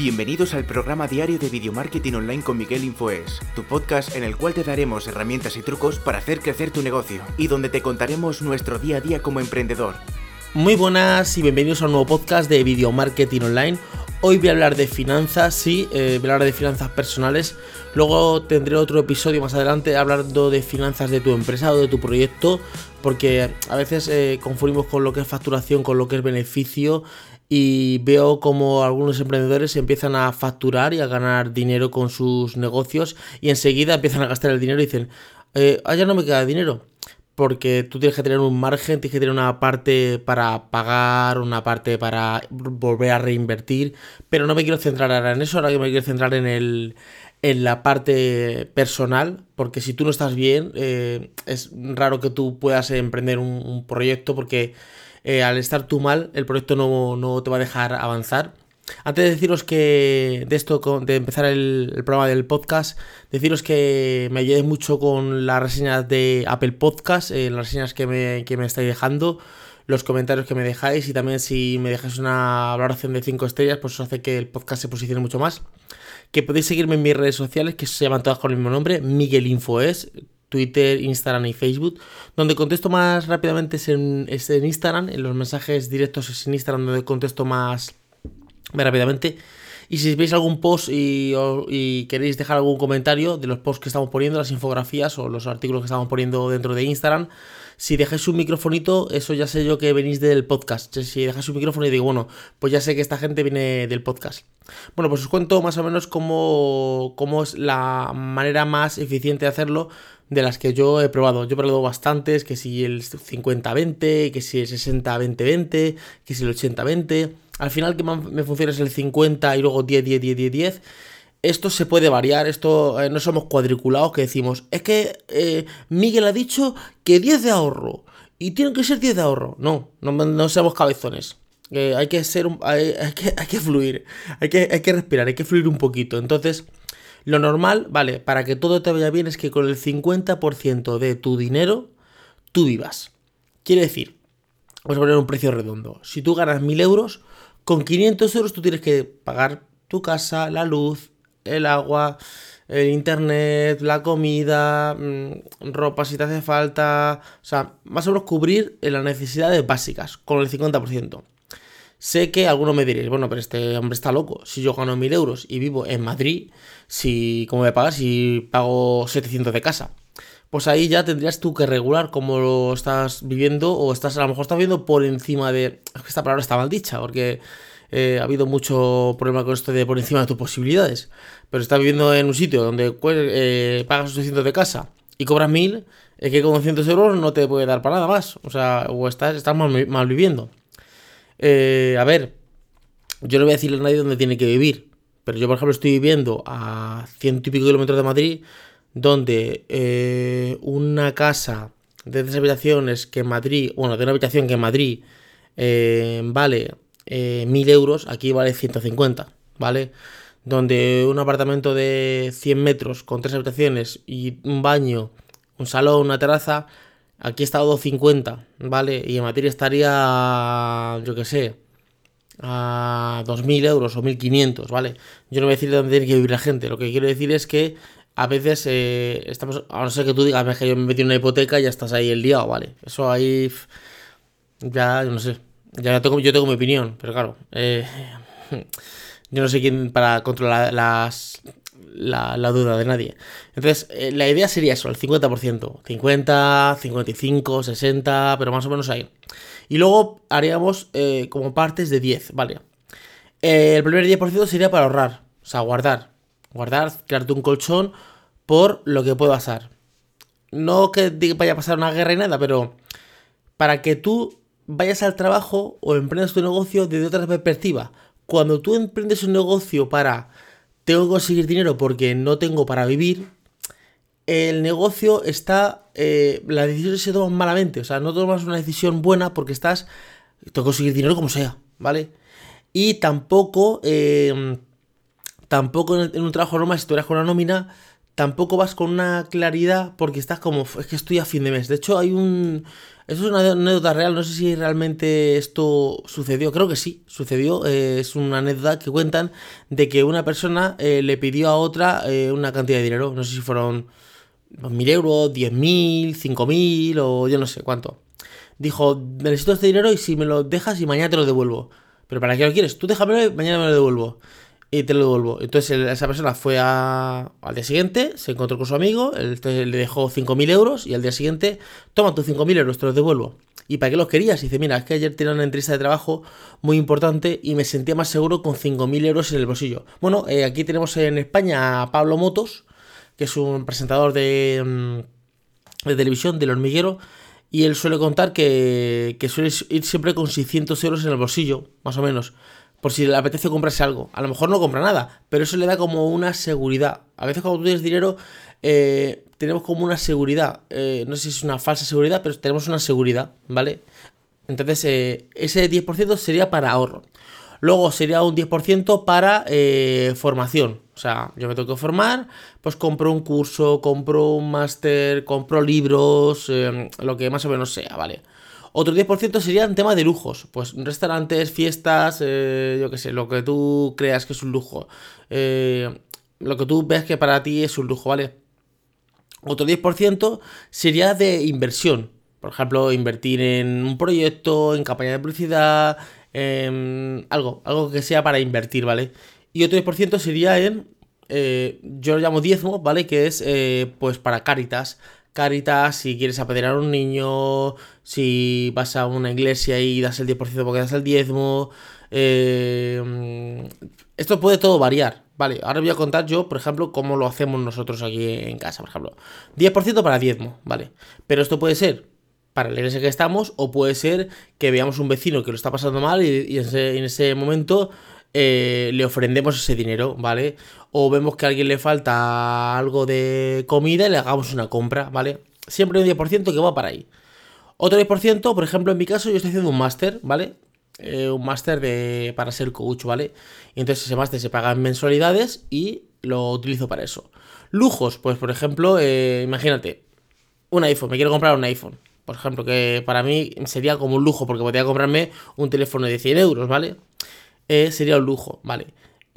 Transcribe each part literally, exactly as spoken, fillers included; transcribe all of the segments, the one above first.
Bienvenidos al programa diario de Video Marketing Online con Miguel Infoes, tu podcast en el cual te daremos herramientas y trucos para hacer crecer tu negocio y donde te contaremos nuestro día a día como emprendedor. Muy buenas y bienvenidos a un nuevo podcast de Video Marketing Online. Hoy voy a hablar de finanzas, sí, eh, voy a hablar de finanzas personales. Luego tendré otro episodio más adelante hablando de finanzas de tu empresa o de tu proyecto, porque a veces eh, confundimos con lo que es facturación, con lo que es beneficio, y veo como algunos emprendedores empiezan a facturar y a ganar dinero con sus negocios y enseguida empiezan a gastar el dinero y dicen, eh, ah, ya no me queda dinero. Porque tú tienes que tener un margen, tienes que tener una parte para pagar, una parte para volver a reinvertir, pero no me quiero centrar ahora en eso, ahora que me quiero centrar en el en la parte personal, porque si tú no estás bien, eh, es raro que tú puedas emprender un, un proyecto, porque eh, al estar tú mal, el proyecto no, no te va a dejar avanzar. Antes de deciros que de esto, de empezar el, el programa del podcast, deciros que me ayudéis mucho con las reseñas de Apple Podcast, eh, las reseñas que me, que me estáis dejando, los comentarios que me dejáis, y también si me dejáis una valoración de cinco estrellas, pues eso hace que el podcast se posicione mucho más. Que podéis seguirme en mis redes sociales, que se llaman todas con el mismo nombre, Miguel Infoes, Twitter, Instagram y Facebook. Donde contesto más rápidamente es en, es en Instagram, en los mensajes directos es en Instagram donde contesto más... rápidamente. Y si veis algún post y, o, y queréis dejar algún comentario de los posts que estamos poniendo, las infografías o los artículos que estamos poniendo dentro de Instagram, si dejáis un microfonito, eso ya sé yo que venís del podcast. Si dejáis un micrófono y digo, bueno, pues ya sé que esta gente viene del podcast. Bueno, pues os cuento más o menos cómo, cómo es la manera más eficiente de hacerlo de las que yo he probado. Yo he probado bastantes, que si el cincuenta veinte, que si el sesenta veinte veinte, que si el ochenta veinte... Al final que me funciona es el cincuenta y luego diez, diez, diez, diez, diez. Esto se puede variar, esto eh, no somos cuadriculados que decimos, es que eh, Miguel ha dicho que diez de ahorro y tienen que ser diez de ahorro. No, no, no seamos cabezones. Eh, hay que ser un, hay, hay, que, hay que fluir, hay que, hay que respirar, hay que fluir un poquito. Entonces, lo normal, vale, para que todo te vaya bien es que con el cincuenta por ciento de tu dinero tú vivas. Quiere decir, vamos a poner un precio redondo. Si tú ganas mil euros, con quinientos euros tú tienes que pagar tu casa, la luz, el agua, el internet, la comida, mmm, ropa si te hace falta. O sea, más o menos cubrir las necesidades básicas con el cincuenta por ciento. Sé que algunos me diréis, bueno, pero este hombre está loco. Si yo gano mil euros y vivo en Madrid, si, ¿cómo voy a pagar si pago setecientos de casa? Pues ahí ya tendrías tú que regular cómo lo estás viviendo, o estás a lo mejor estás viviendo por encima de... Esta palabra está mal dicha, porque eh, ha habido mucho problema con esto de por encima de tus posibilidades. Pero estás viviendo en un sitio donde pues, eh, pagas ochocientos de casa y cobras mil, es que con doscientos euros no te puede dar para nada más. O sea, o estás, estás mal, mal viviendo. Eh, a ver, yo no voy a decirle a nadie dónde tiene que vivir, pero yo, por ejemplo, estoy viviendo a ciento y pico kilómetros de Madrid, donde eh, una casa de tres habitaciones que en Madrid, bueno, de una habitación que en Madrid eh, vale eh, mil euros, aquí vale ciento cincuenta, ¿vale? Donde un apartamento de cien metros con tres habitaciones y un baño, un salón, una terraza, aquí está a doscientos cincuenta, ¿vale? Y en Madrid estaría, yo qué sé, a dos mil euros o mil quinientos, ¿vale? Yo no voy a decir dónde tiene que vivir la gente, lo que quiero decir es que a veces eh, estamos, a no ser que tú digas que yo me metí en una hipoteca y ya estás ahí el liado, ¿vale? Eso ahí, ya, yo no sé, ya tengo, yo tengo mi opinión, pero claro, eh, yo no sé quién para controlar las, la, la duda de nadie. Entonces, eh, la idea sería eso, el cincuenta por ciento, cincuenta, cincuenta y cinco, sesenta, pero más o menos ahí. Y luego haríamos eh, como partes de diez, ¿vale? Eh, el primer diez por ciento sería para ahorrar, o sea, guardar. Guardar, crearte un colchón por lo que pueda pasar. No que vaya a pasar una guerra y nada, pero para que tú vayas al trabajo o emprendas tu negocio desde otra perspectiva. Cuando tú emprendes un negocio para tengo que conseguir dinero porque no tengo para vivir, el negocio está... Eh, las decisiones se toman malamente. O sea, no tomas una decisión buena porque estás... Tengo que conseguir dinero como sea, ¿vale? Y tampoco... Eh, Tampoco en un trabajo normal, si tú eras con una nómina, tampoco vas con una claridad porque estás como, es que estoy a fin de mes. De hecho, hay un... Eso es una anécdota real, no sé si realmente esto sucedió, creo que sí, sucedió. Eh, es una anécdota que cuentan de que una persona eh, le pidió a otra eh, una cantidad de dinero, no sé si fueron dos mil euros, diez mil, cinco mil o yo no sé cuánto. Dijo, necesito este dinero y si me lo dejas y mañana te lo devuelvo. ¿Pero para qué lo quieres? Tú déjamelo y mañana me lo devuelvo. Y te lo devuelvo. Entonces esa persona fue a, al día siguiente, se encontró con su amigo, él le dejó cinco mil euros y al día siguiente, toma tus cinco mil euros, te los devuelvo. ¿Y para qué los querías? Y dice, mira, es que ayer tenía una entrevista de trabajo muy importante y me sentía más seguro con cinco mil euros en el bolsillo. Bueno, eh, aquí tenemos en España a Pablo Motos, que es un presentador de, de televisión del Hormiguero, y él suele contar que, que suele ir siempre con seiscientos euros en el bolsillo, más o menos, por si le apetece comprarse algo. A lo mejor no compra nada, pero eso le da como una seguridad. A veces cuando tú tienes dinero, eh, tenemos como una seguridad. Eh, no sé si es una falsa seguridad, pero tenemos una seguridad, ¿vale? Entonces, eh, ese diez por ciento sería para ahorro. Luego sería un diez por ciento para eh, formación. O sea, yo me tengo que formar, pues compro un curso, compro un máster, compro libros, eh, lo que más o menos sea, ¿vale? Otro diez por ciento sería en tema de lujos. Pues restaurantes, fiestas, eh, yo qué sé, lo que tú creas que es un lujo. Eh, lo que tú veas que para ti es un lujo, ¿vale? Otro diez por ciento sería de inversión. Por ejemplo, invertir en un proyecto, en campaña de publicidad, en algo, algo que sea para invertir, ¿vale? Y otro diez por ciento sería en, eh, yo lo llamo diezmo, ¿vale? Que es, eh, pues para Cáritas. Cáritas, si quieres apedrear a un niño, si vas a una iglesia y das el diez por ciento porque das el diezmo. Eh, esto puede todo variar, ¿vale? Ahora voy a contar yo, por ejemplo, cómo lo hacemos nosotros aquí en casa, por ejemplo. diez por ciento para diezmo, ¿vale? Pero esto puede ser para la iglesia que estamos, o puede ser que veamos un vecino que lo está pasando mal y, y en, ese, en ese momento eh, le ofrendemos ese dinero, ¿vale? O vemos que a alguien le falta algo de comida y le hagamos una compra, ¿vale? Siempre un diez por ciento que va para ahí. Otro diez por ciento, por ejemplo, en mi caso, yo estoy haciendo un máster, ¿vale? Eh, un máster de para ser coach, ¿vale? Y entonces ese máster se paga en mensualidades y lo utilizo para eso. Lujos, pues por ejemplo, eh, imagínate, un iPhone, me quiero comprar un iPhone. Por ejemplo, que para mí sería como un lujo, porque podría comprarme un teléfono de cien euros, ¿vale? Eh, sería un lujo, ¿vale?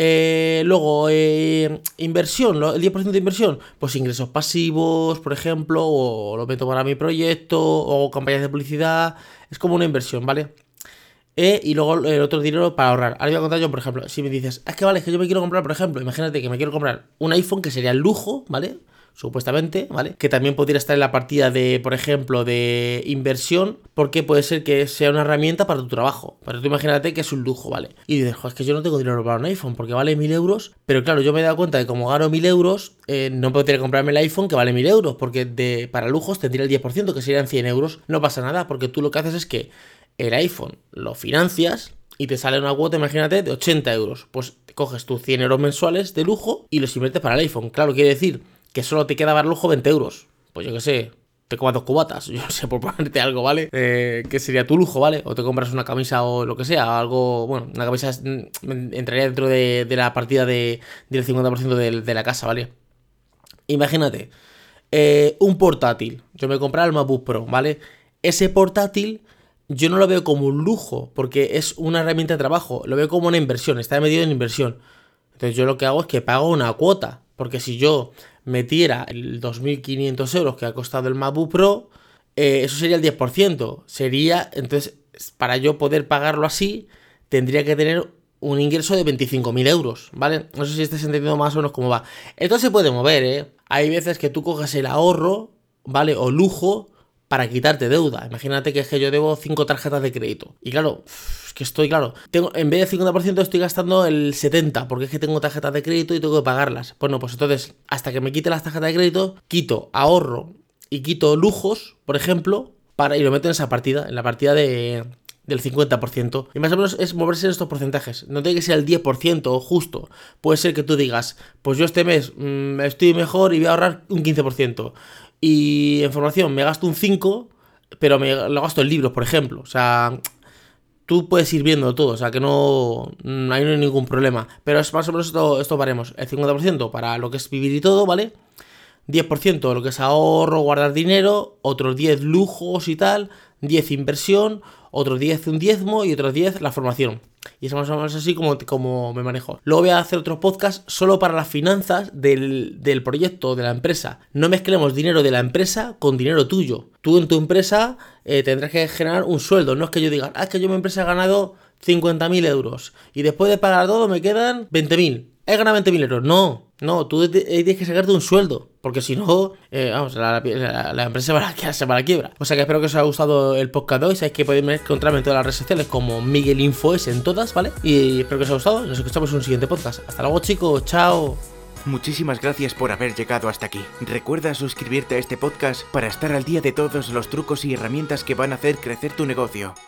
Eh, luego, eh, inversión, el diez por ciento de inversión, pues ingresos pasivos, por ejemplo, o lo meto para mi proyecto, o campañas de publicidad, es como una inversión, ¿vale? Eh, y luego el otro dinero para ahorrar. Ahora voy a contar yo, por ejemplo, si me dices, es que vale, es que yo me quiero comprar, por ejemplo, imagínate que me quiero comprar un iPhone, que sería el lujo, ¿vale? Supuestamente, ¿vale? Que también podría estar en la partida de, por ejemplo, de inversión, porque puede ser que sea una herramienta para tu trabajo. Pero tú imagínate que es un lujo, ¿vale? Y dices, joder, es que yo no tengo dinero para un iPhone porque vale mil euros, pero claro, yo me he dado cuenta de que como gano mil euros, eh, no podría comprarme el iPhone que vale mil euros, porque de, para lujos tendría el diez por ciento, que serían cien euros. No pasa nada, porque tú lo que haces es que el iPhone lo financias y te sale una cuota, imagínate, de ochenta euros. Pues coges tus cien euros mensuales de lujo y los inviertes para el iPhone. Claro, quiere decir que solo te queda para lujo veinte euros. Pues yo qué sé, te comas dos cubatas, yo no sé, por ponerte algo, ¿vale? Eh, que sería tu lujo, ¿vale? O te compras una camisa o lo que sea, algo, bueno, una camisa entraría dentro de, de la partida de, del cincuenta por ciento de, de la casa, ¿vale? Imagínate, eh, un portátil, yo me compré el MacBook Pro, ¿vale? Ese portátil yo no lo veo como un lujo, porque es una herramienta de trabajo, lo veo como una inversión, está metido en inversión. Entonces yo lo que hago es que pago una cuota, porque si yo metiera el dos mil quinientos euros que ha costado el MacBook Pro, eh, eso sería el diez por ciento. Sería, entonces, para yo poder pagarlo así, tendría que tener un ingreso de veinticinco mil euros, ¿vale? No sé si estáis entendiendo más o menos cómo va. Esto se puede mover, ¿eh? Hay veces que tú coges el ahorro, ¿vale? O lujo para quitarte deuda. Imagínate que es que yo debo cinco tarjetas de crédito. Y claro, es que estoy, claro, tengo, en vez del cincuenta por ciento estoy gastando el setenta por ciento, porque es que tengo tarjetas de crédito y tengo que pagarlas. Bueno, pues entonces, hasta que me quite las tarjetas de crédito, quito ahorro y quito lujos, por ejemplo, para y lo meto en esa partida, en la partida de, del cincuenta por ciento. Y más o menos es moverse en estos porcentajes. No tiene que ser el diez por ciento o justo. Puede ser que tú digas, pues yo este mes mmm, estoy mejor y voy a ahorrar un quince por ciento. Y en formación me gasto un cinco, pero me lo gasto en libros, por ejemplo. O sea, tú puedes ir viendo todo, o sea, que no, no hay ningún problema. Pero es más o menos esto, esto paremos. El cincuenta por ciento para lo que es vivir y todo, ¿vale? diez por ciento lo que es ahorro, guardar dinero, otros diez lujos y tal, diez inversión, otros diez un diezmo y otros diez la formación. Y es más o menos así como, como me manejo. Luego voy a hacer otro podcast solo para las finanzas del, del proyecto, de la empresa. No mezclemos dinero de la empresa con dinero tuyo. Tú en tu empresa eh, tendrás que generar un sueldo. No es que yo diga, ah, es que yo en mi empresa he ganado cincuenta mil euros y después de pagar todo me quedan veinte mil. He ganado veinte mil euros. No, no, tú tienes que sacarte un sueldo. Porque si no, eh, vamos, la, la, la empresa se va, a, se va a la quiebra. O sea que espero que os haya gustado el podcast de hoy. Sabéis que podéis encontrarme en todas las redes sociales como Miguel Infoes en todas, ¿vale? Y espero que os haya gustado. Nos escuchamos en un siguiente podcast. Hasta luego, chicos. Chao. Muchísimas gracias por haber llegado hasta aquí. Recuerda suscribirte a este podcast para estar al día de todos los trucos y herramientas que van a hacer crecer tu negocio.